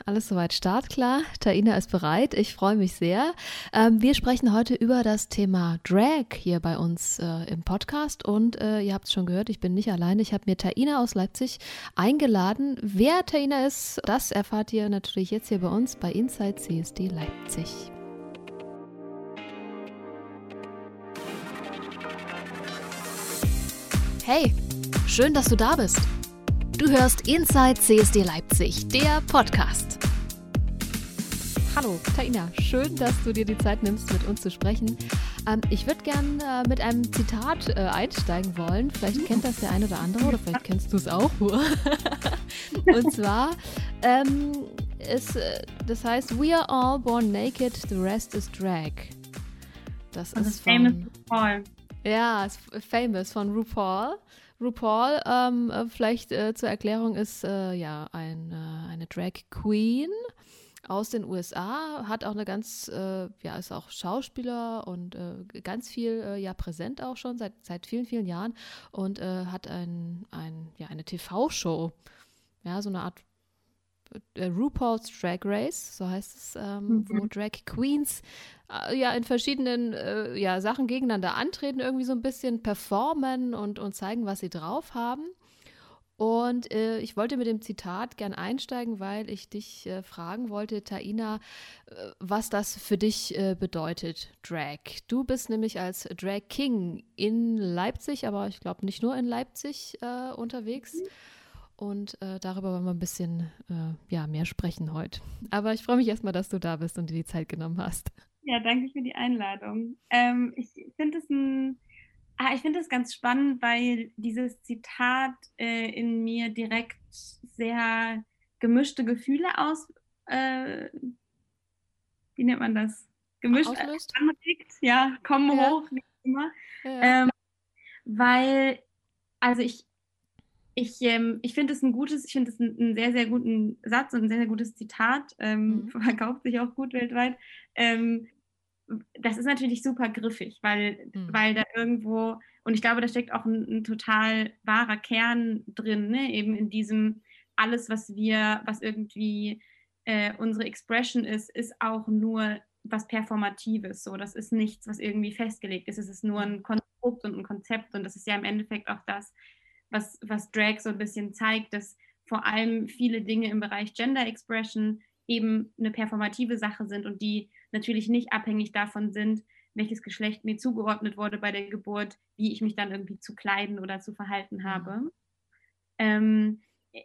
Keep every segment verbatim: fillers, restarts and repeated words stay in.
alles soweit startklar. Taina ist bereit. Ich freue mich sehr. Ähm, wir sprechen heute über das Thema Drag hier bei uns äh, im Podcast. Und äh, ihr habt es schon gehört, ich bin nicht alleine. Ich habe mir Taina aus Leipzig eingeladen. Wer Taina ist, das erfahrt ihr natürlich jetzt hier bei uns bei Inside C S D Leipzig. Hey, schön, dass du da bist. Du hörst Inside C S D Leipzig, der Podcast. Hallo, Taina, schön, dass du dir die Zeit nimmst, mit uns zu sprechen. Ähm, ich würde gerne äh, mit einem Zitat äh, einsteigen wollen. Vielleicht kennt das der eine oder andere oder vielleicht kennst du es auch. Und zwar, ähm, ist, äh, das heißt, we are all born naked, the rest is drag. Das Und ist das Famous von... RuPaul. Ja, ist famous von RuPaul. RuPaul, ähm, vielleicht äh, zur Erklärung, ist äh, ja ein, äh, eine Drag Queen aus den U S A, hat auch eine ganz, äh, ja, ist auch Schauspieler und äh, ganz viel äh, ja präsent auch schon seit, seit vielen, vielen Jahren und äh, hat ein, ein, ja, eine T V-Show, ja, so eine Art äh, RuPaul's Drag Race, so heißt es, ähm, Mhm. wo Drag Queens äh, ja in verschiedenen äh, ja, Sachen gegeneinander antreten, irgendwie so ein bisschen performen und, und zeigen, was sie drauf haben. Und äh, ich wollte mit dem Zitat gern einsteigen, weil ich dich äh, fragen wollte, Taina, äh, was das für dich äh, bedeutet, Drag. Du bist nämlich als Drag King in Leipzig, aber ich glaube nicht nur in Leipzig äh, unterwegs. Und äh, darüber wollen wir ein bisschen äh, ja, mehr sprechen heute. Aber ich freue mich erstmal, dass du da bist und dir die Zeit genommen hast. Ja, danke für die Einladung. Ähm, ich finde es ein, ah, ich finde es ganz spannend, weil dieses Zitat äh, in mir direkt sehr gemischte Gefühle aus, äh, wie nennt man das? Gemischt äh, Auslöst? anregt, ja, kommen Ja, hoch, wie immer. ja. Ähm, weil, also ich, ich, ähm, ich finde es ein gutes, ich finde es einen, einen sehr, sehr guten Satz und ein sehr, sehr gutes Zitat, ähm, Mhm. verkauft sich auch gut weltweit. Ähm, das ist natürlich super griffig, weil, Mhm. weil da irgendwo, und ich glaube, da steckt auch ein, ein total wahrer Kern drin, ne? Eben in diesem, alles, was wir, was irgendwie äh, unsere Expression ist, ist auch nur was Performatives. So, das ist nichts, was irgendwie festgelegt ist. Es ist nur Mhm. ein Konstrukt und ein Konzept und das ist ja im Endeffekt auch das, was, was Drag so ein bisschen zeigt, dass vor allem viele Dinge im Bereich Gender Expression eben eine performative Sache sind und die natürlich nicht abhängig davon sind, welches Geschlecht mir zugeordnet wurde bei der Geburt, wie ich mich dann irgendwie zu kleiden oder zu verhalten habe. Mhm. Ähm,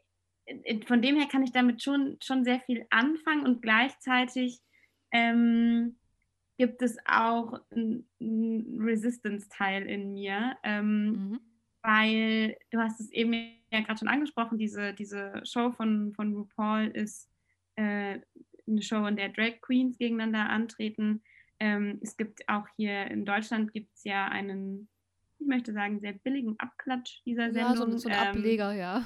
von dem her kann ich damit schon, schon sehr viel anfangen und gleichzeitig ähm, gibt es auch einen Resistance-Teil in mir, ähm, Mhm. weil du hast es eben ja gerade schon angesprochen, diese, diese Show von, von RuPaul ist äh, eine Show, in der Drag Queens gegeneinander antreten. Ähm, es gibt auch hier in Deutschland gibt es ja einen, ich möchte sagen, sehr billigen Abklatsch dieser Ja, so, Sendung. so ein Ähm, Ableger, ja.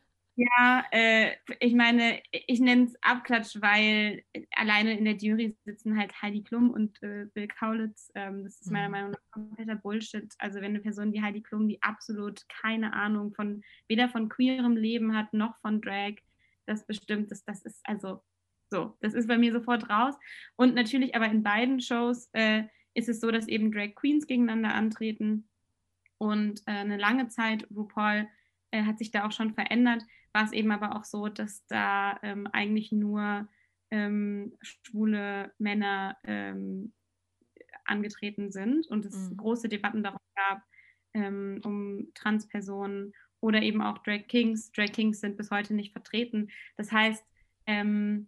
ja, äh, ich meine, ich nenne es Abklatsch, weil alleine in der Jury sitzen halt Heidi Klum und äh, Bill Kaulitz. Ähm, das ist meiner Mhm. Meinung nach kompletter Bullshit. Also wenn eine Person wie Heidi Klum, die absolut keine Ahnung von weder von queerem Leben hat noch von Drag, das bestimmt, das, das ist also so, das ist bei mir sofort raus. Und natürlich aber in beiden Shows äh, ist es so, dass eben Drag Queens gegeneinander antreten. Und äh, eine lange Zeit, RuPaul äh, hat sich da auch schon verändert, war es eben aber auch so, dass da ähm, eigentlich nur ähm, schwule Männer ähm, angetreten sind und es Mhm. große Debatten darum gab, ähm, um Transpersonen oder eben auch Drag Kings. Drag Kings sind bis heute nicht vertreten. Das heißt, ähm,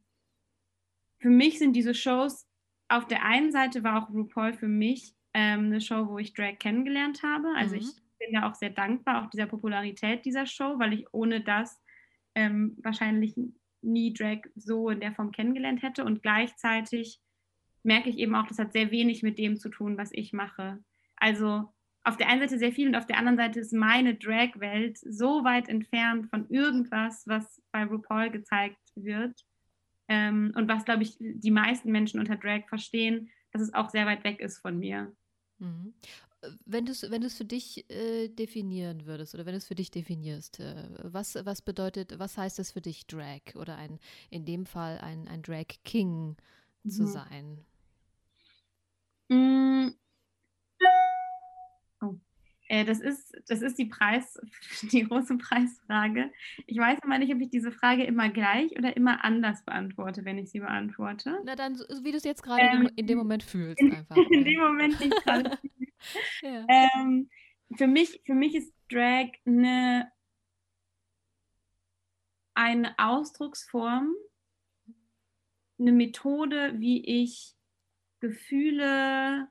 für mich sind diese Shows, auf der einen Seite war auch RuPaul für mich ähm, eine Show, wo ich Drag kennengelernt habe. Also Mhm. ich bin da auch sehr dankbar, auch dieser Popularität dieser Show, weil ich ohne das ähm, wahrscheinlich nie Drag so in der Form kennengelernt hätte. Und gleichzeitig merke ich eben auch, das hat sehr wenig mit dem zu tun, was ich mache. Also auf der einen Seite sehr viel und auf der anderen Seite ist meine Drag-Welt so weit entfernt von irgendwas, was bei RuPaul gezeigt wird. Ähm, und was, glaube ich, die meisten Menschen unter Drag verstehen, dass es auch sehr weit weg ist von mir. Mhm. Wenn du es wenn du's für dich äh, definieren würdest oder wenn du es für dich definierst, äh, was, was bedeutet, was heißt es für dich, Drag oder ein, in dem Fall ein, ein Drag King zu Mhm. sein? Mm, Oh. Äh, das ist, das ist die Preis, die große Preisfrage. Ich weiß immer nicht, ob ich diese Frage immer gleich oder immer anders beantworte, wenn ich sie beantworte. Na dann, so, wie du es jetzt gerade in, dem- Ähm, in dem Moment fühlst, in, einfach in mal. dem Moment, wie ich es gerade fühle. Ja. Ähm, für mich, für mich ist Drag eine, eine Ausdrucksform, eine Methode, wie ich Gefühle,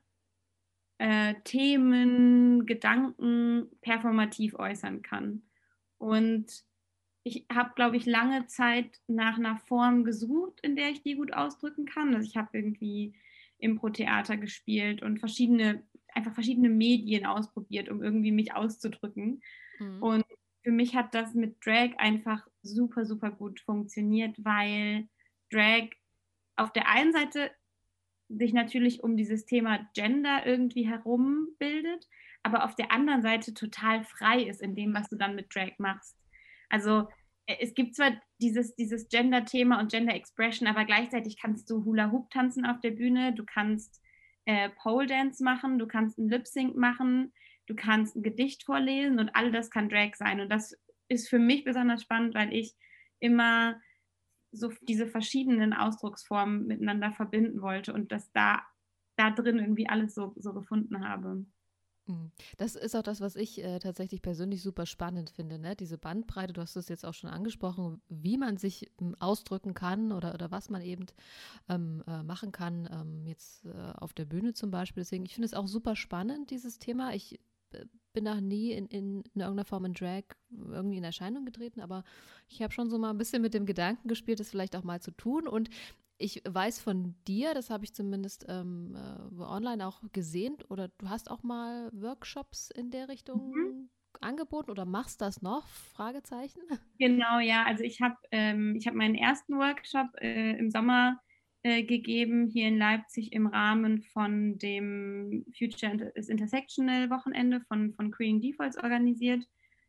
äh, Themen, Gedanken performativ äußern kann. Und ich habe, glaube ich, lange Zeit nach einer Form gesucht, in der ich die gut ausdrücken kann. Also ich habe irgendwie Impro-Theater gespielt und verschiedene, einfach verschiedene Medien ausprobiert, um irgendwie mich auszudrücken. Mhm. Und für mich hat das mit Drag einfach super, super gut funktioniert, weil Drag auf der einen Seite sich natürlich um dieses Thema Gender irgendwie herum bildet, aber auf der anderen Seite total frei ist in dem, was du dann mit Drag machst. Also äh, es gibt zwar dieses, dieses Gender-Thema und Gender-Expression, aber gleichzeitig kannst du Hula-Hoop tanzen auf der Bühne, du kannst äh, Pole-Dance machen, du kannst einen Lip-Sync machen, du kannst ein Gedicht vorlesen und all das kann Drag sein. Und das ist für mich besonders spannend, weil ich immer so diese verschiedenen Ausdrucksformen miteinander verbinden wollte und das da, da drin irgendwie alles so, so gefunden habe. Mhm. Das ist auch das, was ich äh, tatsächlich persönlich super spannend finde, ne? Diese Bandbreite, du hast es jetzt auch schon angesprochen, wie man sich ähm, ausdrücken kann oder, oder was man eben ähm, äh, machen kann, ähm, jetzt äh, auf der Bühne zum Beispiel. Deswegen, ich finde es auch super spannend, dieses Thema. Ich äh, bin noch nie in, in, in irgendeiner Form in Drag irgendwie in Erscheinung getreten, aber ich habe schon so mal ein bisschen mit dem Gedanken gespielt, das vielleicht auch mal zu tun. Und ich weiß von dir, das habe ich zumindest ähm, äh, online auch gesehen, oder du hast auch mal Workshops in der Mhm. Richtung angeboten oder machst das noch? Fragezeichen. Genau, ja. Also ich habe ähm, ich hab meinen ersten Workshop äh, im Sommer äh, gegeben, hier in Leipzig im Rahmen von dem Future is Intersectional Wochenende von, von Queering Defaults organisiert.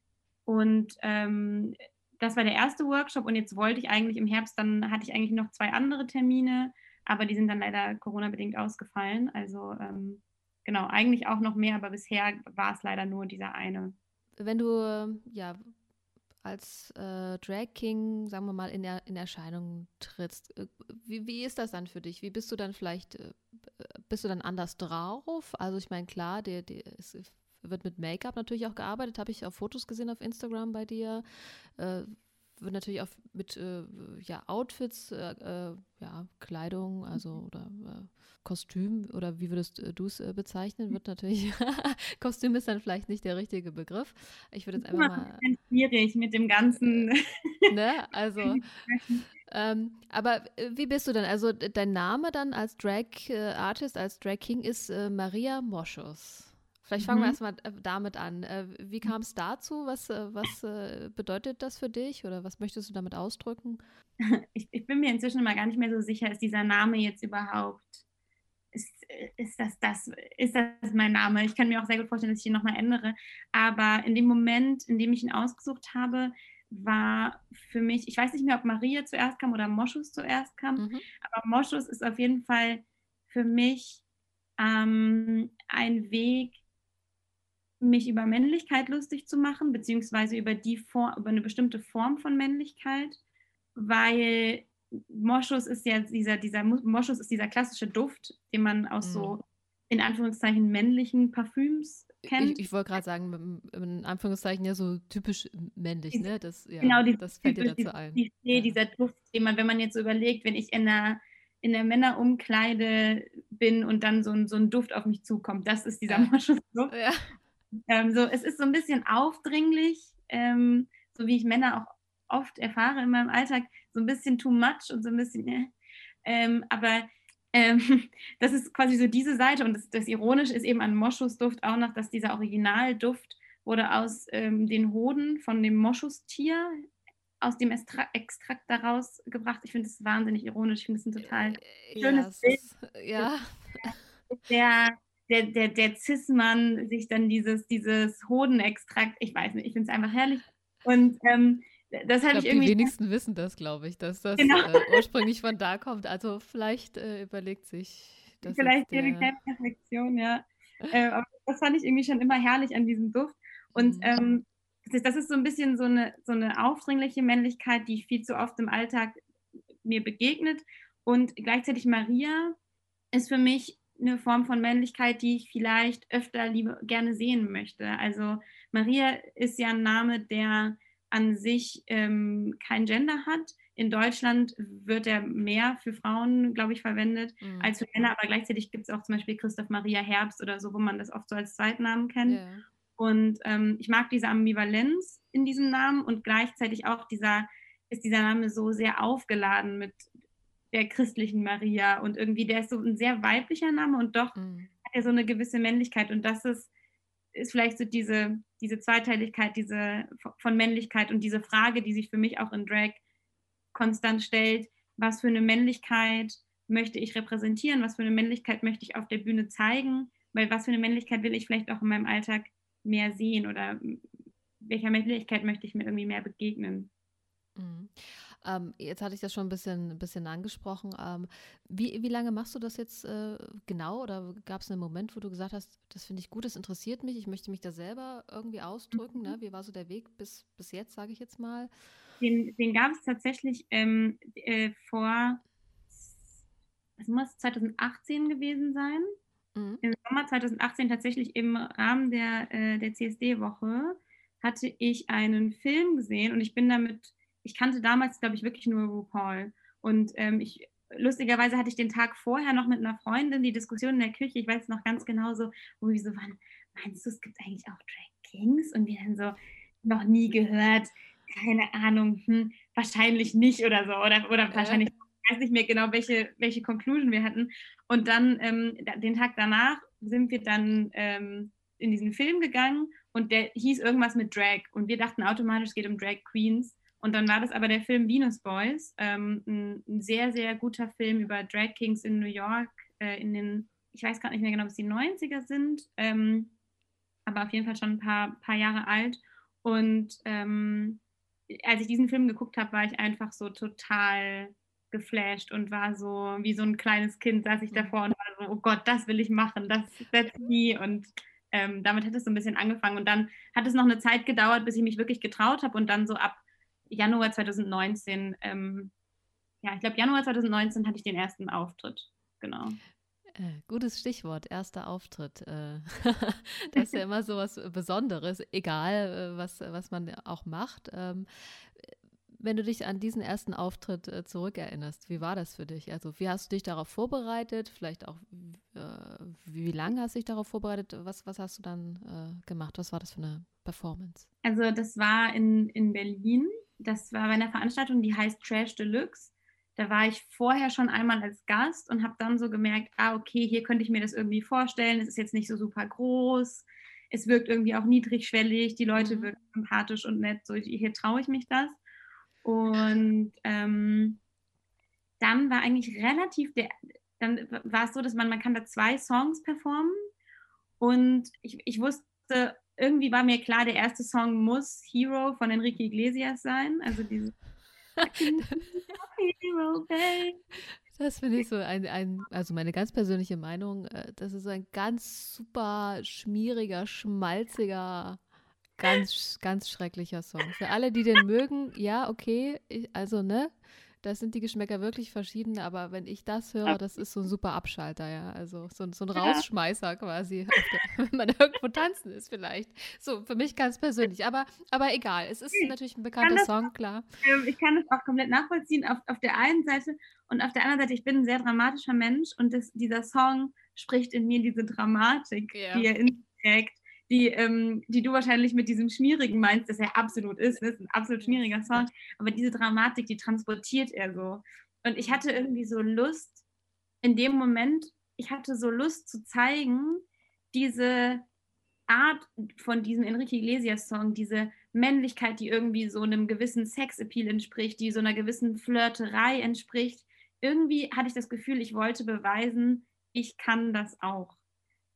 Und ähm, das war der erste Workshop und jetzt wollte ich eigentlich im Herbst, dann hatte ich eigentlich noch zwei andere Termine, aber die sind dann leider Corona-bedingt ausgefallen. Also ähm, genau, eigentlich auch noch mehr, aber bisher war es leider nur dieser eine. Wenn du ähm, ja als äh, Drag King, sagen wir mal, in, der, in Erscheinung trittst, äh, wie, wie ist das dann für dich? Wie bist du dann vielleicht, äh, bist du dann anders drauf? Also ich meine, klar, der, der, es wird mit Make-up natürlich auch gearbeitet, habe ich auf Fotos gesehen auf Instagram bei dir. Äh, wird natürlich auch mit äh, ja, Outfits, äh, äh, ja, Kleidung, also oder äh, Kostüm oder wie würdest äh, du es äh, bezeichnen, wird natürlich, Kostüm ist dann vielleicht nicht der richtige Begriff. Ich würde Das jetzt ist einfach immer ein mal, bisschen schwierig mit dem äh, ganzen. ne, also, ähm, aber äh, wie bist du denn? Also d- dein Name dann als Drag äh, Artist, als Drag King ist äh, Maria Moschus. Vielleicht fangen wir Mhm. erstmal äh, damit an. Äh, wie kam es dazu? Was, äh, was äh, bedeutet das für dich oder was möchtest du damit ausdrücken? Ich, ich bin mir inzwischen immer gar nicht mehr so sicher, ist dieser Name jetzt überhaupt, ist, ist, das, das, ist das mein Name? Ich kann mir auch sehr gut vorstellen, dass ich ihn nochmal ändere. Aber in dem Moment, in dem ich ihn ausgesucht habe, war für mich, ich weiß nicht mehr, ob Maria zuerst kam oder Moschus zuerst kam, Mhm. aber Moschus ist auf jeden Fall für mich ähm, ein Weg, mich über Männlichkeit lustig zu machen, beziehungsweise über die Form, über eine bestimmte Form von Männlichkeit, weil Moschus ist ja dieser, dieser Moschus ist dieser klassische Duft, den man aus Mhm. so in Anführungszeichen männlichen Parfüms Ich, kennt. ich wollte gerade sagen, mit- in Anführungszeichen ja so typisch männlich, Dies, ne? Das, ja, genau, dieses das fällt dir typisch, dazu dieses ein. Klischee, Ja. dieser Duft, den man, wenn man jetzt so überlegt, wenn ich in einer, in der Männerumkleide bin und dann so ein, so ein Duft auf mich zukommt, das ist dieser Ja. Moschusduft. Ja. Ähm, so, es ist so ein bisschen aufdringlich, ähm, so wie ich Männer auch oft erfahre in meinem Alltag, so ein bisschen too much und so ein bisschen, äh, ähm, aber ähm, das ist quasi so diese Seite und das, das Ironische ist eben an Moschusduft auch noch, dass dieser Originalduft wurde aus ähm, den Hoden von dem Moschustier, aus dem Extra Extrakt daraus gebracht. Ich finde das wahnsinnig ironisch, ich finde es ein total Ja, schönes es Bild. ist, ja. Der, der, der, der Cis-Mann sich dann dieses, dieses Hodenextrakt, ich weiß nicht, ich finde es einfach herrlich. Und ähm, das Ich habe ich glaube, die irgendwie, wenigsten wissen das, glaube ich, dass das genau, äh, ursprünglich von da kommt. Also vielleicht äh, überlegt sich das vielleicht jetzt hier eine der. kleine Reflexion, ja. Äh, aber das fand ich irgendwie schon immer herrlich an diesem Duft. Und Mm, ähm, das ist, das ist so ein bisschen so eine, so eine aufdringliche Männlichkeit, die viel zu oft im Alltag mir begegnet. Und gleichzeitig Maria ist für mich eine Form von Männlichkeit, die ich vielleicht öfter lieber gerne sehen möchte. Also Maria ist ja ein Name, der an sich ähm, kein Gender hat. In Deutschland wird er mehr für Frauen, glaube ich, verwendet mm, als für Männer, aber gleichzeitig gibt es auch zum Beispiel Christoph Maria Herbst oder so, wo man das oft so als Zweitnamen kennt. ja. Und ähm, ich mag diese Ambivalenz in diesem Namen und gleichzeitig auch dieser, ist dieser Name so sehr aufgeladen mit der christlichen Maria und irgendwie, der ist so ein sehr weiblicher Name und doch Mm, hat er so eine gewisse Männlichkeit und das ist, ist vielleicht so diese, diese Zweiteiligkeit diese, von Männlichkeit und diese Frage, die sich für mich auch in Drag konstant stellt, was für eine Männlichkeit möchte ich repräsentieren, was für eine Männlichkeit möchte ich auf der Bühne zeigen, weil was für eine Männlichkeit will ich vielleicht auch in meinem Alltag mehr sehen oder welcher Männlichkeit möchte ich mir irgendwie mehr begegnen. mm. Ähm, jetzt hatte ich das schon ein bisschen, ein bisschen angesprochen. Ähm, wie, wie lange machst du das jetzt äh, genau? Oder gab es einen Moment, wo du gesagt hast, das finde ich gut, das interessiert mich, ich möchte mich da selber irgendwie ausdrücken? Ne? Wie war so der Weg bis, bis jetzt, sage ich jetzt mal? Den, den gab es tatsächlich ähm, äh, vor, es muss zwanzig achtzehn gewesen sein. Mhm. Im Sommer zwanzig achtzehn tatsächlich im Rahmen der, äh, der C S D-Woche hatte ich einen Film gesehen und ich bin damit, ich kannte damals, glaube ich, wirklich nur RuPaul. Und ähm, ich, lustigerweise hatte ich den Tag vorher noch mit einer Freundin die Diskussion in der Küche, ich weiß noch ganz genau so, wo wir so waren, meinst du, es gibt eigentlich auch Drag Kings? Und wir dann so, noch nie gehört, keine Ahnung, hm, wahrscheinlich nicht oder so. Oder, oder Äh, wahrscheinlich, ich weiß nicht mehr genau, welche, welche Conclusion wir hatten. Und dann ähm, den Tag danach sind wir dann ähm, in diesen Film gegangen und der hieß irgendwas mit Drag. Und wir dachten automatisch, es geht um Drag Queens. Und dann war das aber der Film Venus Boys, ähm, ein, ein sehr, sehr guter Film über Drag Kings in New York äh, in den, ich weiß gar nicht mehr genau, ob es die neunziger sind, ähm, aber auf jeden Fall schon ein paar, paar Jahre alt. Und ähm, als ich diesen Film geguckt habe, war ich einfach so total geflasht und war so wie so ein kleines Kind, saß ich mhm. davor und war so, oh Gott, das will ich machen, das that's me. Und ähm, damit hat es so ein bisschen angefangen. Und dann hat es noch eine Zeit gedauert, bis ich mich wirklich getraut habe. Und dann so ab Januar zwanzig neunzehn, ähm, ja, ich glaube Januar zwanzig neunzehn hatte ich den ersten Auftritt. Genau. Äh, gutes Stichwort, erster Auftritt. Äh, das ist ja immer so was Besonderes, egal äh, was, was man auch macht. Ähm, wenn du dich an diesen ersten Auftritt äh, zurückerinnerst, wie war das für dich? Also wie hast du dich darauf vorbereitet? Vielleicht auch, äh, wie lange hast du dich darauf vorbereitet? Was, was hast du dann äh, gemacht? Was war das für eine Performance? Also das war in, in Berlin. Das war bei einer Veranstaltung, die heißt Trash Deluxe. Da war ich vorher schon einmal als Gast und habe dann so gemerkt, ah, okay, hier könnte ich mir das irgendwie vorstellen. Es ist jetzt nicht so super groß. Es wirkt irgendwie auch niedrigschwellig. Die Leute Mhm. wirken sympathisch und nett. So, hier traue ich mich das. Und ähm, dann war eigentlich relativ der, dann war es so, dass man, man kann da zwei Songs performen und ich, ich wusste, irgendwie war mir klar, der erste Song muss Hero von Enrique Iglesias sein. Also dieses I can be a Hero, babe. Das finde ich so ein, ein, also meine ganz persönliche Meinung, äh, das ist so ein ganz super schmieriger, schmalziger, ganz, ganz schrecklicher Song. Für alle, die den mögen, ja, okay, ich, also, ne, da sind die Geschmäcker wirklich verschieden, aber wenn ich das höre, das ist so ein super Abschalter, ja, also so, so ein Ja, Rausschmeißer quasi, auf der, wenn man irgendwo tanzen ist vielleicht. So, für mich ganz persönlich, aber, aber egal, es ist natürlich ein ich kann bekannter das, Song, klar. ähm, ich kann das auch komplett nachvollziehen auf, auf der einen Seite und auf der anderen Seite, ich bin ein sehr dramatischer Mensch und das, dieser Song spricht in mir diese Dramatik, die Ja, er in sich trägt, die, ähm, die du wahrscheinlich mit diesem Schmierigen meinst, das er absolut ist. Das ist ein absolut ja. schmieriger Song, aber diese Dramatik, die transportiert er so. Und ich Mhm. hatte irgendwie so Lust, in dem Moment, ich hatte so Lust zu zeigen, diese Art von diesem Enrique Iglesias-Song, diese Männlichkeit, die irgendwie so einem gewissen Sexappeal entspricht, die so einer gewissen Flirterei entspricht. Irgendwie hatte ich das Gefühl, ich wollte beweisen, ich kann das auch.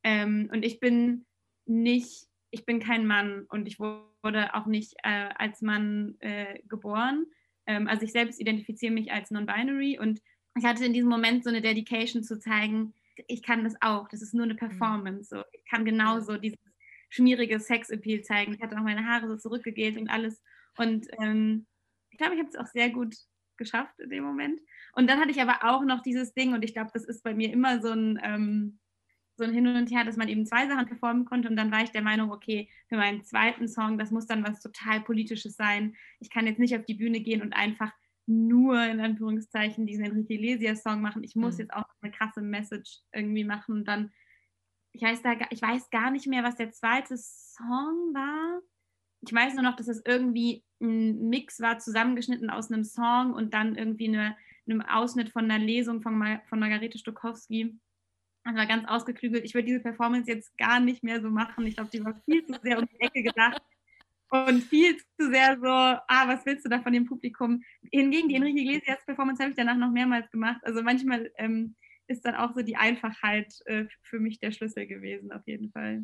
Ähm, und ich bin nicht, ich bin kein Mann und ich wurde auch nicht äh, als Mann äh, geboren. Ähm, also ich selbst identifiziere mich als non-binary und ich hatte in diesem Moment so eine Dedication zu zeigen, ich kann das auch, das ist nur eine Mhm. Performance. So. Ich kann Ja. genauso dieses schmierige Sexappeal zeigen. Ich hatte auch meine Haare so zurückgegelt und alles. Und ähm, ich glaube, ich habe es auch sehr gut geschafft in dem Moment. Und dann hatte ich aber auch noch dieses Ding, und ich glaube, das ist bei mir immer so ein, ähm, so ein Hin und Her, dass man eben zwei Sachen performen konnte. Und dann war ich der Meinung, okay, für meinen zweiten Song, das muss dann was total Politisches sein. Ich kann jetzt nicht auf die Bühne gehen und einfach nur in Anführungszeichen diesen Enrique Iglesias-Song machen. Ich muss Mhm. jetzt auch eine krasse Message irgendwie machen. Und dann, ich weiß, da, ich weiß gar nicht mehr, was der zweite Song war. Ich weiß nur noch, dass es irgendwie ein Mix war, zusammengeschnitten aus einem Song und dann irgendwie eine, einem Ausschnitt von einer Lesung von, Mar von Margarete Stokowski. Das war ganz ausgeklügelt. Ich würde diese Performance jetzt gar nicht mehr so machen. Ich glaube, die war viel zu sehr um die Ecke gedacht und viel zu sehr so, ah, was willst du da von dem Publikum? Hingegen die Mhm. Enrique Iglesias Performance habe ich danach noch mehrmals gemacht. Also manchmal ähm, ist dann auch so die Einfachheit äh, für mich der Schlüssel gewesen, auf jeden Fall.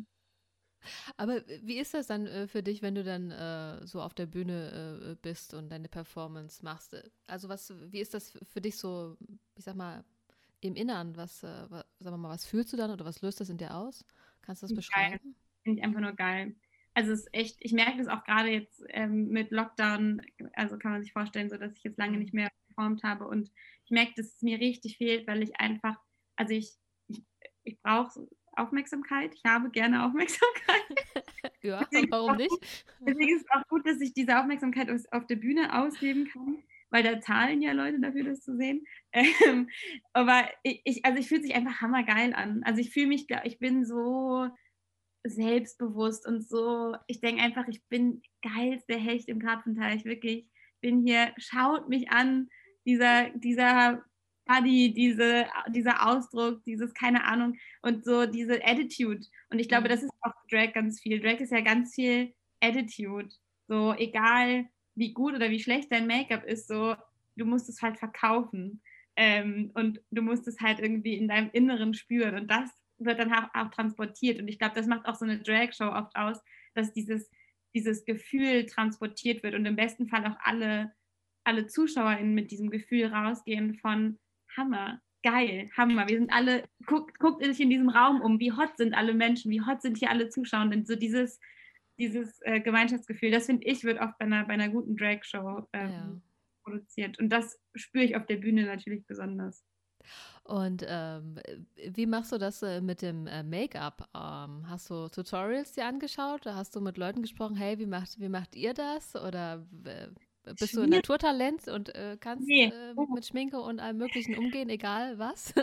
Aber wie ist das dann äh, für dich, wenn du dann äh, so auf der Bühne äh, bist und deine Performance machst? Also was, wie ist das für dich so, ich sag mal, im Innern? Was, äh, wa- sagen wir mal, was fühlst du dann oder was löst das in dir aus? Kannst du das Geil. beschreiben? Finde ich einfach nur geil. Also es ist echt, ich merke das auch gerade jetzt ähm, mit Lockdown, also kann man sich vorstellen, so dass ich jetzt lange nicht Mhm. mehr performt habe und ich merke, dass es mir richtig fehlt, weil ich einfach, also ich, ich, ich brauche Aufmerksamkeit, ich habe gerne Aufmerksamkeit. Ja, Deswegen ist, warum auch nicht? gut, deswegen ist es auch gut, dass ich diese Aufmerksamkeit aus, auf der Bühne ausleben kann, weil da zahlen ja Leute dafür, das zu sehen. Ähm, aber ich, ich, also ich fühle sich einfach hammergeil an. Also ich fühle mich, ich bin so selbstbewusst und so. Ich denke einfach, ich bin geilste Hecht im Karpfenteich, wirklich. Ich bin hier, schaut mich an, dieser, dieser Buddy, diese, dieser Ausdruck, dieses, keine Ahnung, und so diese Attitude. Und ich glaube, Mhm. das ist auch Drag ganz viel. Drag ist ja ganz viel Attitude. So, egal wie gut oder wie schlecht dein Make-up ist, so, du musst es halt verkaufen. Ähm, und du musst es halt irgendwie in deinem Inneren spüren. Und das wird dann auch, auch transportiert. Und ich glaube, das macht auch so eine Drag-Show oft aus, dass dieses, dieses Gefühl transportiert wird und im besten Fall auch alle, alle ZuschauerInnen mit diesem Gefühl rausgehen von Hammer, geil, Hammer. Wir sind alle, guckt, guckt euch in diesem Raum um, wie hot sind alle Menschen, wie hot sind hier alle Zuschauenden. So dieses, dieses äh, Gemeinschaftsgefühl, das finde ich, wird oft bei einer, bei einer guten Drag-Show ähm, Ja. produziert. Und das spüre ich auf der Bühne natürlich besonders. Und ähm, wie machst du das äh, mit dem äh, Make-up? Ähm, hast du Tutorials dir angeschaut? Oder hast du mit Leuten gesprochen, hey, wie macht, wie macht ihr das? Oder äh, bist du ein Schwierig. Naturtalent und äh, kannst Nee. äh, Oh, mit Schminke und allem Möglichen umgehen, egal was?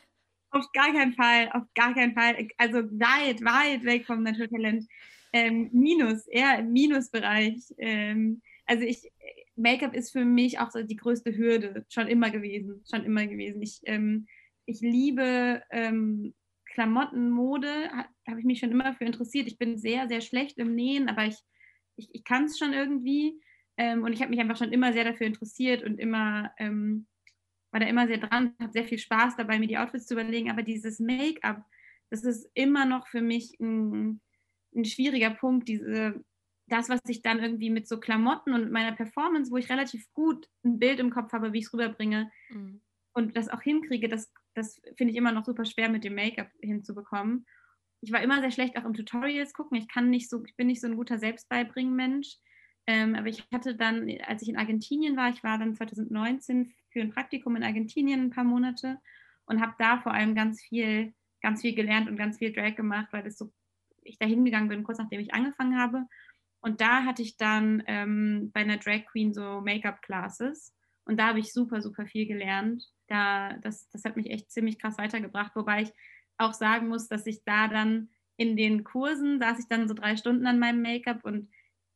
auf gar keinen Fall, auf gar keinen Fall. Also weit, weit weg vom Naturtalent. Ähm, Minus, eher im Minusbereich. Ähm, also ich, Make-up ist für mich auch so die größte Hürde, schon immer gewesen, schon immer gewesen. Ich, ähm, ich liebe ähm, Klamottenmode, ha, habe ich mich schon immer für interessiert. Ich bin sehr, sehr schlecht im Nähen, aber ich, ich, ich kann es schon irgendwie. Ähm, und ich habe mich einfach schon immer sehr dafür interessiert und immer ähm, war da immer sehr dran, habe sehr viel Spaß dabei, mir die Outfits zu überlegen, aber dieses Make-up, das ist immer noch für mich ein, ein schwieriger Punkt, diese, das, was ich dann irgendwie mit so Klamotten und mit meiner Performance, wo ich relativ gut ein Bild im Kopf habe, wie ich es rüberbringe Mhm. und das auch hinkriege, das, das finde ich immer noch super schwer mit dem Make-up hinzubekommen. Ich war immer sehr schlecht auch im Tutorials gucken. Ich kann nicht so, ich bin nicht so ein guter Selbstbeibringen-Mensch. Ähm, aber ich hatte dann, als ich in Argentinien war, ich war dann zwanzig neunzehn für ein Praktikum in Argentinien ein paar Monate und habe da vor allem ganz viel, ganz viel gelernt und ganz viel Drag gemacht, weil das so, ich da hingegangen bin, kurz nachdem ich angefangen habe. Und da hatte ich dann ähm, bei einer Drag Queen so Make-up-Classes. Und da habe ich super, super viel gelernt. Da, das, das hat mich echt ziemlich krass weitergebracht, wobei ich auch sagen muss, dass ich da dann in den Kursen saß ich dann so drei Stunden an meinem Make-up und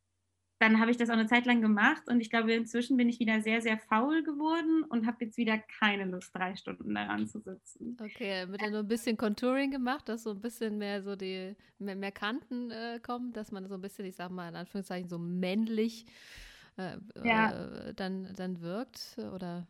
dann habe ich das auch eine Zeit lang gemacht und ich glaube, inzwischen bin ich wieder sehr, sehr faul geworden und habe jetzt wieder keine Lust, drei Stunden daran zu sitzen. Okay, wird dann nur ein bisschen Contouring gemacht, dass so ein bisschen mehr so die, mehr, mehr Kanten äh, kommen, dass man so ein bisschen, ich sag mal in Anführungszeichen, so männlich äh, Ja, äh, dann, dann wirkt, oder?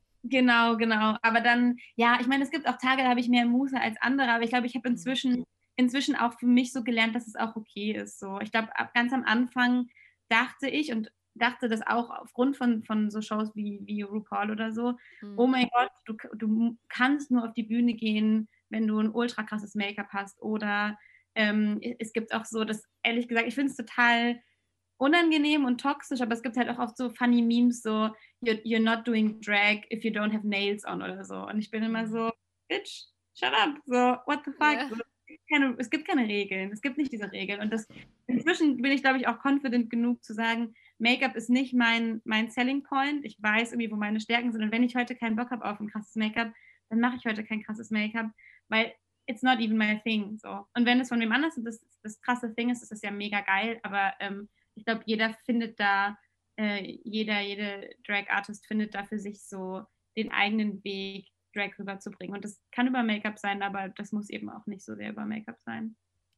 genau, genau. Aber dann, ja, ich meine, es gibt auch Tage, da habe ich mehr Muße als andere, aber ich glaube, ich habe Mhm. inzwischen inzwischen auch für mich so gelernt, dass es auch okay ist. So. Ich glaube, ganz am Anfang dachte ich und dachte das auch aufgrund von, von so Shows wie, wie RuPaul oder so, Mhm. oh mein Gott, du, du kannst nur auf die Bühne gehen, wenn du ein ultra krasses Make-up hast. Oder ähm, es gibt auch so, das ehrlich gesagt, ich finde es total unangenehm und toxisch, aber es gibt halt auch oft so funny Memes, so you're, you're not doing drag if you don't have nails on oder so. Und ich bin immer so, bitch, shut up, so what the fuck. Ja. So, es, gibt keine, es gibt keine Regeln, es gibt nicht diese Regeln. Und das, inzwischen bin ich, glaube ich, auch confident genug zu sagen, Make-up ist nicht mein, mein Selling Point. Ich weiß irgendwie, wo meine Stärken sind. Und wenn ich heute keinen Bock habe auf ein krasses Make-up, dann mache ich heute kein krasses Make-up, weil it's not even my thing. So. Und wenn es von wem anders das, das krasse Thing ist, ist das ja mega geil, aber ähm, ich glaube, jeder findet da, äh, jeder, jede Drag-Artist findet da für sich so den eigenen Weg, Drag rüberzubringen. Und das kann über Make-up sein, aber das muss eben auch nicht so sehr über Make-up sein.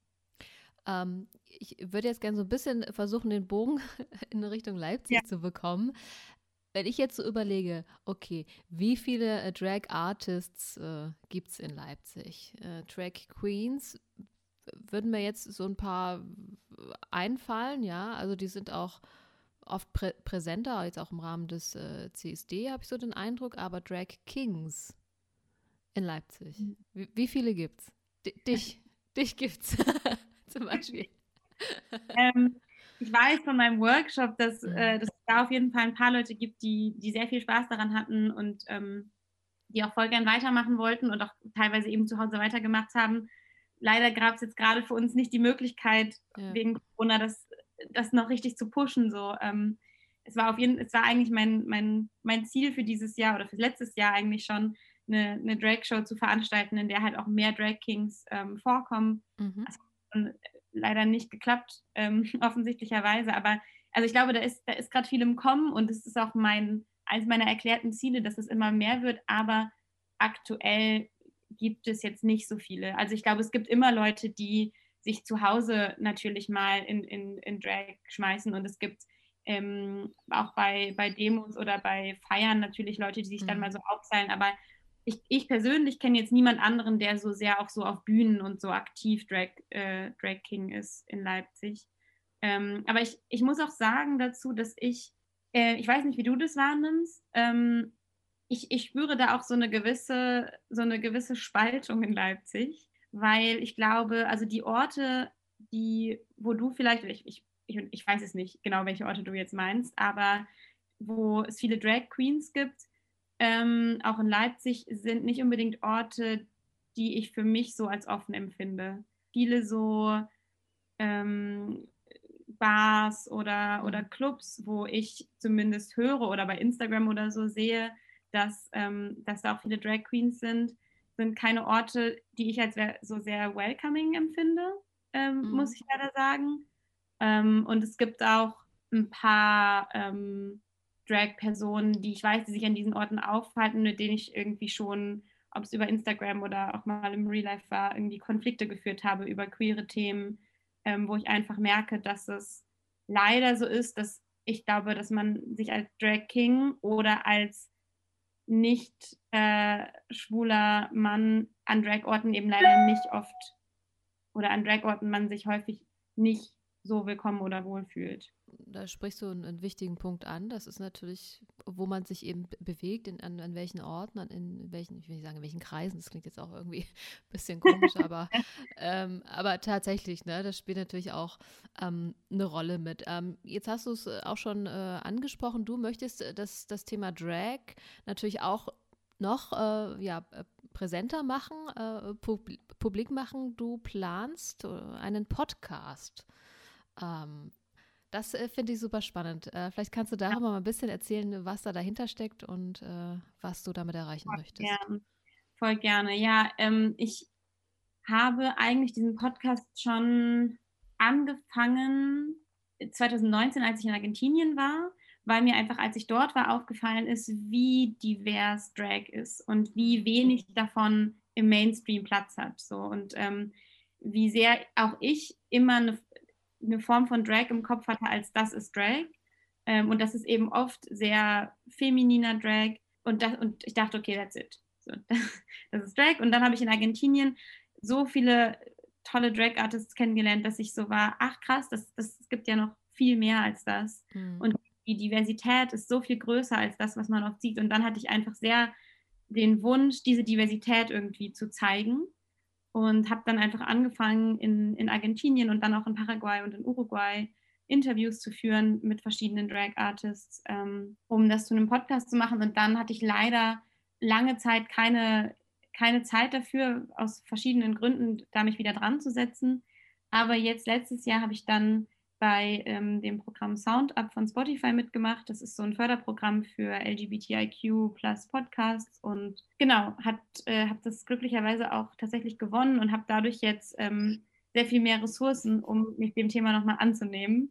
Ähm, ich würde jetzt gerne so ein bisschen versuchen, den Bogen in Richtung Leipzig ja. zu bekommen. Wenn ich jetzt so überlege, okay, wie viele äh, Drag-Artists äh, gibt es in Leipzig? Äh, Drag Queens, würden mir jetzt so ein paar einfallen, ja, also die sind auch oft prä- präsenter, jetzt auch im Rahmen des äh, C S D, habe ich so den Eindruck, aber Drag Kings in Leipzig, mhm. wie, wie viele gibt's? D- dich, dich gibt's zum Beispiel. ähm, ich weiß von meinem Workshop, dass, mhm. äh, dass es da auf jeden Fall ein paar Leute gibt, die, die sehr viel Spaß daran hatten und ähm, die auch voll gern weitermachen wollten und auch teilweise eben zu Hause weitergemacht haben. Leider gab es jetzt gerade für uns nicht die Möglichkeit, ja. wegen Corona das, das noch richtig zu pushen. So. Ähm, es war auf jeden, es war eigentlich mein, mein, mein Ziel für dieses Jahr oder für letztes Jahr eigentlich schon, eine, eine Drag-Show zu veranstalten, in der halt auch mehr Drag-Kings ähm, vorkommen. Mhm. Das hat leider nicht geklappt, ähm, offensichtlicherweise. Aber also ich glaube, da ist, da ist gerade viel im Kommen und es ist auch mein, eines meiner erklärten Ziele, dass es immer mehr wird. Aber aktuell gibt es jetzt nicht so viele. Also ich glaube, es gibt immer Leute, die sich zu Hause natürlich mal in, in, in Drag schmeißen und es gibt ähm, auch bei, bei Demos oder bei Feiern natürlich Leute, die sich mhm. dann mal so aufseilen, aber ich, ich persönlich kenne jetzt niemand anderen, der so sehr auch so auf Bühnen und so aktiv Drag, äh, Drag King ist in Leipzig. Ähm, aber ich, ich muss auch sagen dazu, dass ich, äh, ich weiß nicht, wie du das wahrnimmst, ähm, ich, ich spüre da auch so eine gewisse, so eine gewisse Spaltung in Leipzig, weil ich glaube, also die Orte, die, wo du vielleicht, ich, ich, ich, ich weiß es nicht genau, welche Orte du jetzt meinst, aber wo es viele Drag Queens gibt, ähm, auch in Leipzig, sind nicht unbedingt Orte, die ich für mich so als offen empfinde. Viele so ähm, Bars oder, mhm. oder Clubs, wo ich zumindest höre oder bei Instagram oder so sehe, dass, ähm, dass da auch viele Drag Queens sind, sind keine Orte, die ich als so sehr welcoming empfinde, ähm, mhm. muss ich leider sagen. Ähm, und es gibt auch ein paar ähm, Drag-Personen, die ich weiß, die sich an diesen Orten aufhalten, mit denen ich irgendwie schon, ob es über Instagram oder auch mal im Real Life war, irgendwie Konflikte geführt habe über queere Themen, ähm, wo ich einfach merke, dass es leider so ist, dass ich glaube, dass man sich als Drag King oder als nicht äh, schwuler Mann an Drag-Orten eben leider nicht oft oder an Drag-Orten man sich häufig nicht so willkommen oder wohlfühlt. Da sprichst du einen, einen wichtigen Punkt an. Das ist natürlich, wo man sich eben bewegt, in, an, an welchen Orten, an, in welchen, ich will nicht sagen, in welchen Kreisen. Das klingt jetzt auch irgendwie ein bisschen komisch, aber, ähm, aber tatsächlich, ne, das spielt natürlich auch ähm, eine Rolle mit. Ähm, jetzt hast du es auch schon äh, angesprochen. Du möchtest das, das Thema Drag natürlich auch noch äh, ja, präsenter machen, äh, pub- publik machen. Du planst einen Podcast. Ähm, Das äh, finde ich super spannend. Äh, vielleicht kannst du darüber mal ein bisschen erzählen, was da dahinter steckt und äh, was du damit erreichen voll möchtest. Gerne. Voll gerne. Ja, ähm, ich habe eigentlich diesen Podcast schon angefangen zwanzig neunzehn, als ich in Argentinien war, weil mir einfach, als ich dort war, aufgefallen ist, wie divers Drag ist und wie wenig davon im Mainstream Platz hat. So. Und ähm, wie sehr auch ich immer eine eine Form von Drag im Kopf hatte, als das ist Drag. Ähm, und das ist eben oft sehr femininer Drag. Und, das, und ich dachte, okay, that's it. So, das, das ist Drag. Und dann habe ich in Argentinien so viele tolle Drag-Artists kennengelernt, dass ich so war, ach krass, das, das es gibt ja noch viel mehr als das. Mhm. Und die Diversität ist so viel größer als das, was man oft sieht. Und dann hatte ich einfach sehr den Wunsch, diese Diversität irgendwie zu zeigen. Und habe dann einfach angefangen, in, in Argentinien und dann auch in Paraguay und in Uruguay Interviews zu führen mit verschiedenen Drag-Artists, ähm, um das zu einem Podcast zu machen. Und dann hatte ich leider lange Zeit keine, keine Zeit dafür, aus verschiedenen Gründen, da mich wieder dran zu setzen. Aber jetzt letztes Jahr habe ich dann bei ähm, dem Programm Sound Up von Spotify mitgemacht. Das ist so ein Förderprogramm für L G B T I Q plus Podcasts und genau, äh, habe das glücklicherweise auch tatsächlich gewonnen und habe dadurch jetzt ähm, sehr viel mehr Ressourcen, um mich dem Thema nochmal anzunehmen.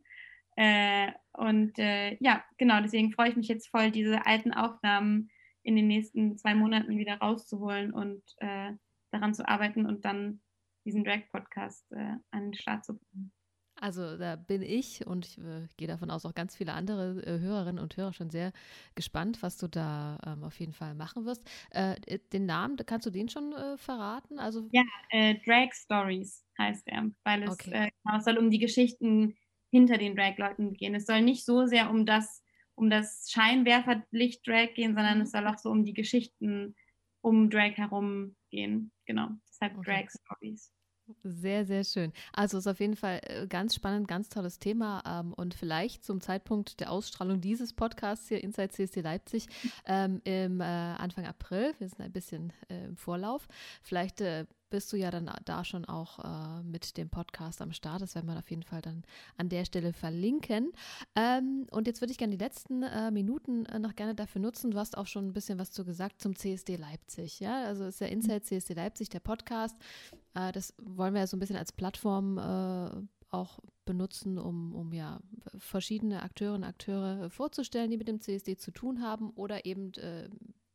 Äh, und äh, ja, genau, deswegen freue ich mich jetzt voll, diese alten Aufnahmen in den nächsten zwei Monaten wieder rauszuholen und äh, daran zu arbeiten und dann diesen Drag-Podcast äh, an den Start zu bringen. Also da bin ich und ich äh, gehe davon aus, auch ganz viele andere äh, Hörerinnen und Hörer schon sehr gespannt, was du da ähm, auf jeden Fall machen wirst. Äh, den Namen, kannst du den schon äh, verraten? Also ja, äh, Drag Stories heißt er, weil es, okay. äh, genau, es soll um die Geschichten hinter den Drag-Leuten gehen. Es soll nicht so sehr um das, um das Scheinwerferlicht-Drag gehen, sondern Mhm. es soll auch so um die Geschichten um Drag herum gehen. Genau, deshalb Okay. Drag Stories. Sehr, sehr schön. Also ist auf jeden Fall äh, ganz spannend, ganz tolles Thema ähm, und vielleicht zum Zeitpunkt der Ausstrahlung dieses Podcasts hier Inside C S D Leipzig ähm, im äh, Anfang April, wir sind ein bisschen äh, im Vorlauf, vielleicht äh, bist du ja dann da schon auch äh, mit dem Podcast am Start. Das werden wir auf jeden Fall dann an der Stelle verlinken. Ähm, und jetzt würde ich gerne die letzten äh, Minuten äh, noch gerne dafür nutzen. Du hast auch schon ein bisschen was zu gesagt zum C S D Leipzig. Ja? Also ist ja Inside C S D Leipzig der Podcast. Äh, das wollen wir ja so ein bisschen als Plattform äh, auch benutzen, um, um ja verschiedene Akteurinnen und Akteure vorzustellen, die mit dem C S D zu tun haben oder eben äh,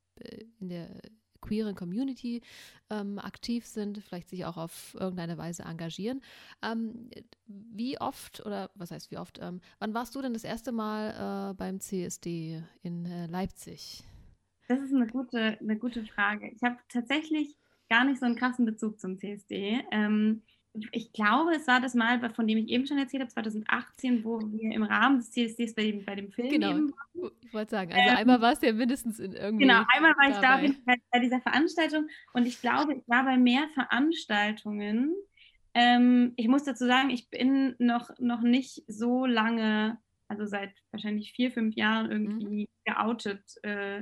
in der queeren Community ähm, aktiv sind, vielleicht sich auch auf irgendeine Weise engagieren. Ähm, wie oft oder was heißt wie oft, ähm, wann warst du denn das erste Mal äh, beim C S D in äh, Leipzig? Das ist eine gute, eine gute Frage. Ich habe tatsächlich gar nicht so einen krassen Bezug zum C S D. Ähm, ich glaube, es war das Mal, von dem ich eben schon erzählt habe, zwanzig achtzehn, wo wir im Rahmen des C S Ds bei dem, bei dem Film genau. eben waren. Ich wollte sagen, also Ähm, einmal war es ja mindestens in irgendwie Genau, einmal war ich dabei. da auf jeden Fall bei dieser Veranstaltung und ich glaube, ich war bei mehr Veranstaltungen. Ähm, ich muss dazu sagen, ich bin noch, noch nicht so lange, also seit wahrscheinlich vier, fünf Jahren irgendwie mhm. geoutet äh,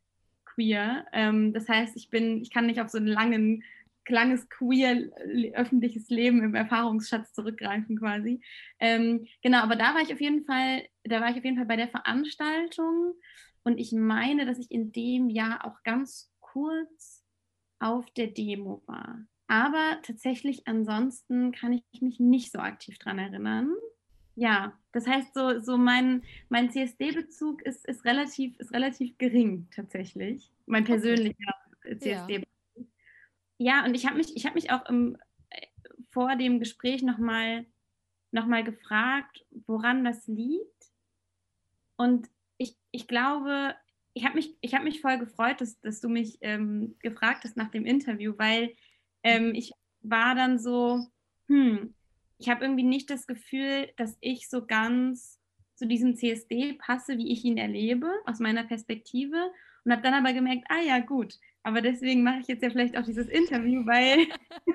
queer. Ähm, das heißt, ich bin, ich kann nicht auf so einen langen, langes queer öffentliches Leben im Erfahrungsschatz zurückgreifen quasi. Ähm, genau, aber da war ich auf jeden Fall, da war ich auf jeden Fall bei der Veranstaltung und ich meine, dass ich in dem Jahr auch ganz kurz auf der Demo war. Aber tatsächlich ansonsten kann ich mich nicht so aktiv dran erinnern. Ja, das heißt, so, so mein, mein C S D-Bezug ist, ist, relativ, ist relativ gering tatsächlich. Mein persönlicher okay. C S D-Bezug. Ja. ja, und ich habe mich, hab mich auch im, vor dem Gespräch nochmal noch mal gefragt, woran das liegt. Und ich, ich glaube, ich habe mich, hab mich voll gefreut, dass, dass du mich ähm, gefragt hast nach dem Interview, weil ähm, ich war dann so, hm, ich habe irgendwie nicht das Gefühl, dass ich so ganz zu diesem C S D passe, wie ich ihn erlebe, aus meiner Perspektive. Und habe dann aber gemerkt, ah ja, gut, aber deswegen mache ich jetzt ja vielleicht auch dieses Interview, weil,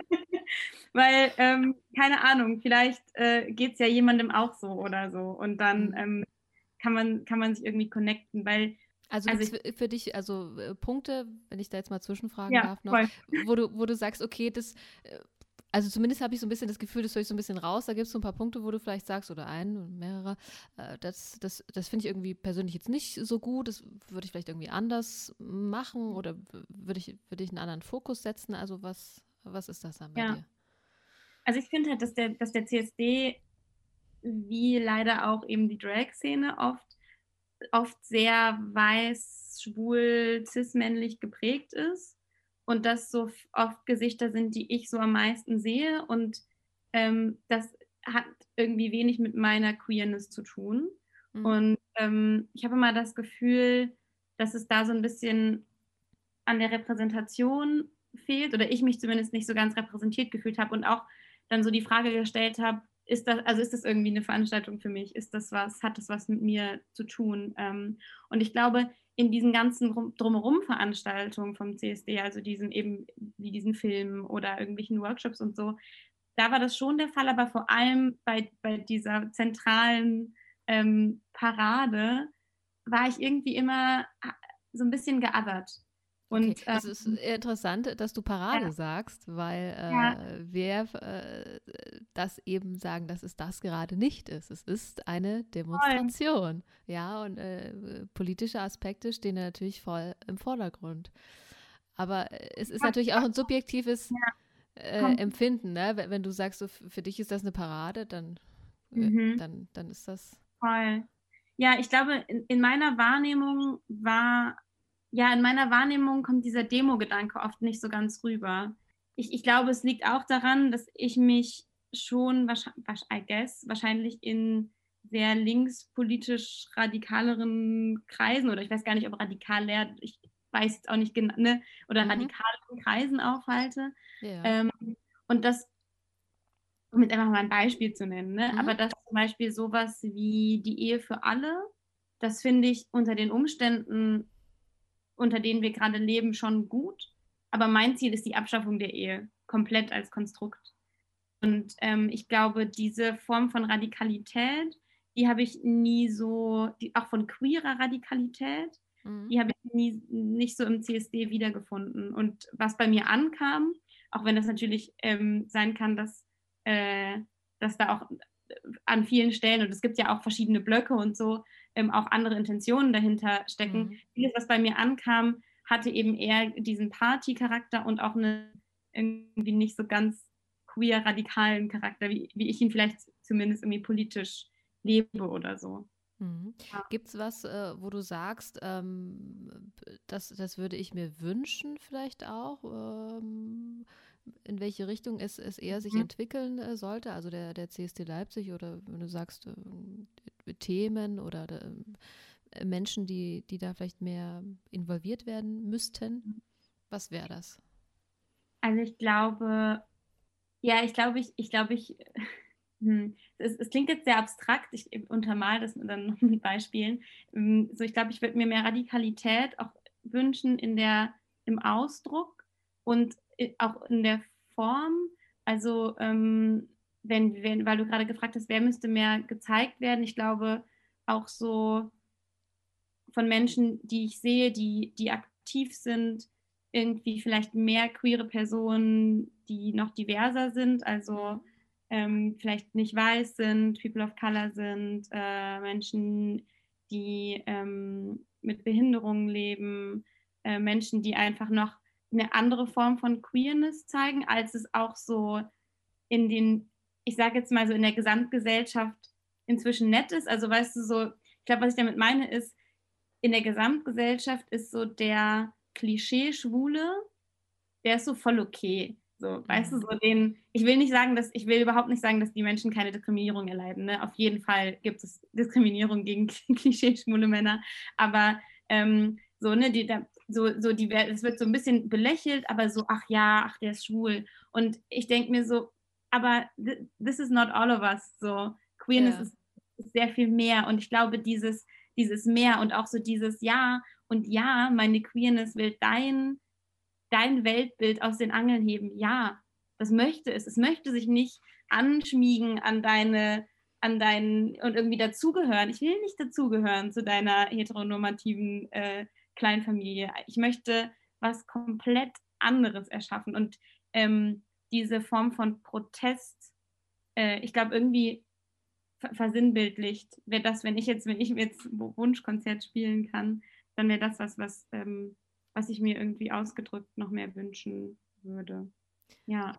weil ähm, keine Ahnung, vielleicht äh, geht es ja jemandem auch so oder so. Und dann mhm. ähm, kann man, kann man sich irgendwie connecten, weil also, also gibt es für dich also äh, Punkte, wenn ich da jetzt mal zwischenfragen ja, darf noch, wo du, wo du sagst, okay, das, äh, also zumindest habe ich so ein bisschen das Gefühl, das höre ich so ein bisschen raus, da gibt es so ein paar Punkte, wo du vielleicht sagst, oder einen oder mehrere, äh, das, das, das finde ich irgendwie persönlich jetzt nicht so gut, das würde ich vielleicht irgendwie anders machen oder würde ich, würde ich einen anderen Fokus setzen, also was, was ist das dann bei ja. dir? Also ich finde halt, dass der, dass der C S D, wie leider auch eben die Drag-Szene oft, oft sehr weiß, schwul, cis-männlich geprägt ist und das so oft Gesichter sind, die ich so am meisten sehe und ähm, das hat irgendwie wenig mit meiner Queerness zu tun. Mhm. Und ähm, ich habe immer das Gefühl, dass es da so ein bisschen an der Repräsentation fehlt oder ich mich zumindest nicht so ganz repräsentiert gefühlt habe und auch dann so die Frage gestellt habe, ist das, also ist das irgendwie eine Veranstaltung für mich? Ist das was, hat das was mit mir zu tun? Ähm, und ich glaube, in diesen ganzen drumherum Veranstaltungen vom C S D, also diesen eben wie diesen Filmen oder irgendwelchen Workshops und so, da war das schon der Fall, aber vor allem bei, bei dieser zentralen ähm, Parade war ich irgendwie immer so ein bisschen geothert. Okay, Und es ist ähm, interessant, dass du Parade ja, sagst, weil ja, äh, wir äh, das eben sagen, dass es das gerade nicht ist. Es ist eine voll. Demonstration, ja, und äh, politische Aspekte stehen da natürlich voll im Vordergrund. Aber äh, es ist Hab, natürlich auch ein subjektives ja, äh, kommt, Empfinden, ne? Wenn, wenn du sagst, so, f- für dich ist das eine Parade, dann, äh, mhm, dann, dann ist das. voll. Ja, ich glaube, in, in meiner Wahrnehmung war, ja, in meiner Wahrnehmung kommt dieser Demo-Gedanke oft nicht so ganz rüber. Ich, ich glaube, es liegt auch daran, dass ich mich schon, wahrscheinlich, I guess, wahrscheinlich in sehr linkspolitisch radikaleren Kreisen, oder ich weiß gar nicht, ob radikal leer, ich weiß jetzt auch nicht genau, ne, oder Mhm, radikaleren Kreisen aufhalte. ja. Ähm, und das, um jetzt einfach mal ein Beispiel zu nennen, ne? Mhm, Aber dass zum Beispiel sowas wie die Ehe für alle, das finde ich unter den Umständen, unter denen wir gerade leben, schon gut. Aber mein Ziel ist die Abschaffung der Ehe, komplett als Konstrukt. Und ähm, ich glaube, diese Form von Radikalität, die habe ich nie so, die, auch von queerer Radikalität, mhm, die habe ich nie nicht so im C S D wiedergefunden. Und was bei mir ankam, auch wenn das natürlich ähm, sein kann, dass, äh, dass da auch an vielen Stellen, und es gibt ja auch verschiedene Blöcke und so, ähm, auch andere Intentionen dahinter stecken. mhm. Vieles, was bei mir ankam, hatte eben eher diesen Party-Charakter und auch eine irgendwie nicht so ganz queer radikalen Charakter, wie, wie ich ihn vielleicht zumindest irgendwie politisch lebe oder so. Mhm. Ja. Gibt es was, äh, wo du sagst, ähm, das, das würde ich mir wünschen, vielleicht auch, ähm, in welche Richtung es, es eher sich Mhm. entwickeln äh, sollte? Also der, der C S D Leipzig oder wenn du sagst, äh, Themen oder äh, Menschen, die, die da vielleicht mehr involviert werden müssten. Was wäre das? Also ich glaube, ja, ich glaube, ich, ich glaube, ich, hm, es, es klingt jetzt sehr abstrakt, ich untermal das dann noch mit Beispielen. Ähm, So, ich glaube, ich würde mir mehr Radikalität auch wünschen in der, im Ausdruck und i- auch in der Form. Also, ähm, wenn, wenn, weil du gerade gefragt hast, wer müsste mehr gezeigt werden, ich glaube auch so von Menschen, die ich sehe, die, die aktiv sind, irgendwie vielleicht mehr queere Personen, die noch diverser sind, also Mhm. ähm, vielleicht nicht weiß sind, People of Color sind, äh, Menschen, die ähm, mit Behinderungen leben, äh, Menschen, die einfach noch eine andere Form von Queerness zeigen, als es auch so in den, ich sage jetzt mal so in der Gesamtgesellschaft inzwischen nett ist. Also weißt du so, ich glaube, was ich damit meine, ist, in der Gesamtgesellschaft ist so der Klischee-Schwule, der ist so voll okay. So, weißt du, Mhm. so den, ich will nicht sagen, dass, ich will überhaupt nicht sagen, dass die Menschen keine Diskriminierung erleiden. Ne? Auf jeden Fall gibt es Diskriminierung gegen Klischee-schwule Männer. Aber ähm, so, ne, die, da, so, so die, es wird so ein bisschen belächelt, aber so, ach ja, ach, der ist schwul. Und ich denke mir so, aber this is not all of us. So, Queerness Ja. ist, ist sehr viel mehr. Und ich glaube, dieses, dieses Mehr und auch so dieses Ja und ja, meine Queerness will dein dein Weltbild aus den Angeln heben. Ja, das möchte es. Es möchte sich nicht anschmiegen an deine, an deinen und irgendwie dazugehören. Ich will nicht dazugehören zu deiner heteronormativen äh, Kleinfamilie. Ich möchte was komplett anderes erschaffen. Und ähm, diese Form von Protest, äh, ich glaube, irgendwie versinnbildlicht wäre das, wenn ich jetzt, wenn ich jetzt Wunschkonzert spielen kann, dann wäre das was, was, ähm, was ich mir irgendwie ausgedrückt noch mehr wünschen würde. Ja.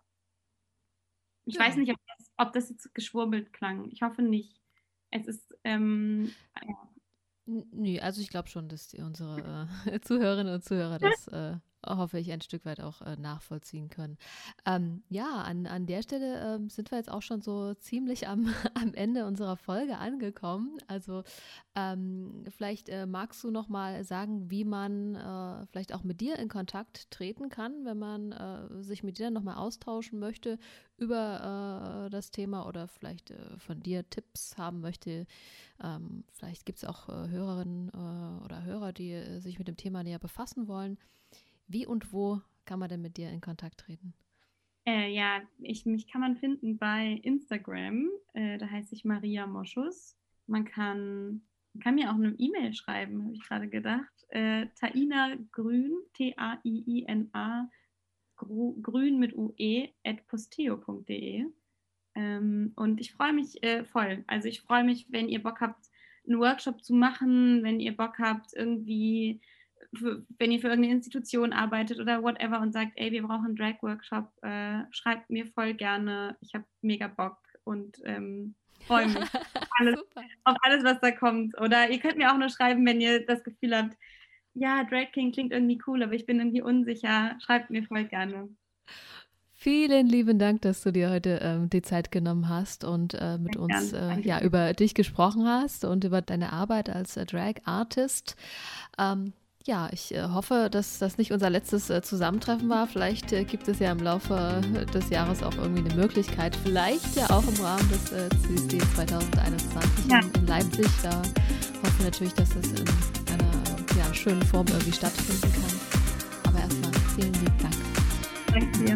Ich weiß Ja. nicht, ob das, ob das jetzt geschwurbelt klang. Ich hoffe nicht. Es ist, ähm, ja. N- Nee, also ich glaube schon, dass die, unsere äh, Zuhörerinnen und Zuhörer das äh, hoffe ich, ein Stück weit auch äh, nachvollziehen können. Ähm, ja, an, an der Stelle ähm, sind wir jetzt auch schon so ziemlich am, am Ende unserer Folge angekommen. Also ähm, vielleicht äh, magst du noch mal sagen, wie man äh, vielleicht auch mit dir in Kontakt treten kann, wenn man äh, sich mit dir noch mal austauschen möchte über äh, das Thema oder vielleicht äh, von dir Tipps haben möchte. Ähm, vielleicht gibt es auch äh, Hörerinnen äh, oder Hörer, die äh, sich mit dem Thema näher befassen wollen. Wie und wo kann man denn mit dir in Kontakt treten? Äh, ja, ich, mich kann man finden bei Instagram. Äh, da heiße ich Maria Moschus. Man kann, man kann mir auch eine E-Mail schreiben, habe ich gerade gedacht. Äh, Taina Grün, T A I I N A, grün mit U E, at posteo punkt de. Ähm, und ich freue mich äh, voll. Also ich freue mich, wenn ihr Bock habt, einen Workshop zu machen, wenn ihr Bock habt, irgendwie Für, wenn ihr für irgendeine Institution arbeitet oder whatever und sagt, ey, wir brauchen einen Drag-Workshop, äh, schreibt mir voll gerne. Ich habe mega Bock und ähm, freue mich auf alles, auf alles, was da kommt. Oder ihr könnt mir auch nur schreiben, wenn ihr das Gefühl habt, ja, Drag King klingt irgendwie cool, aber ich bin irgendwie unsicher. Schreibt mir voll gerne. Vielen lieben Dank, dass du dir heute ähm, die Zeit genommen hast und äh, mit Sehr uns äh, ja, über dich gesprochen hast und über deine Arbeit als äh, Drag-Artist. Ähm, Ja, ich äh, hoffe, dass das nicht unser letztes äh, Zusammentreffen war. Vielleicht äh, gibt es ja im Laufe äh, des Jahres auch irgendwie eine Möglichkeit, vielleicht ja auch im Rahmen des äh, C S D zwanzig einundzwanzig ja. in, in Leipzig. Da hoffen wir natürlich, dass es in einer ja, schönen Form irgendwie stattfinden kann. Aber erstmal vielen lieben Dank. Danke dir.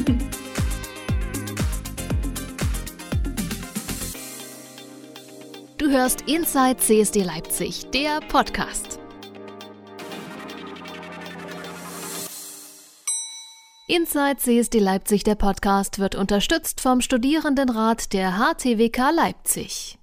Du hörst Inside C S D Leipzig, der Podcast. Inside C S D Leipzig, der Podcast, wird unterstützt vom Studierendenrat der H T W K Leipzig.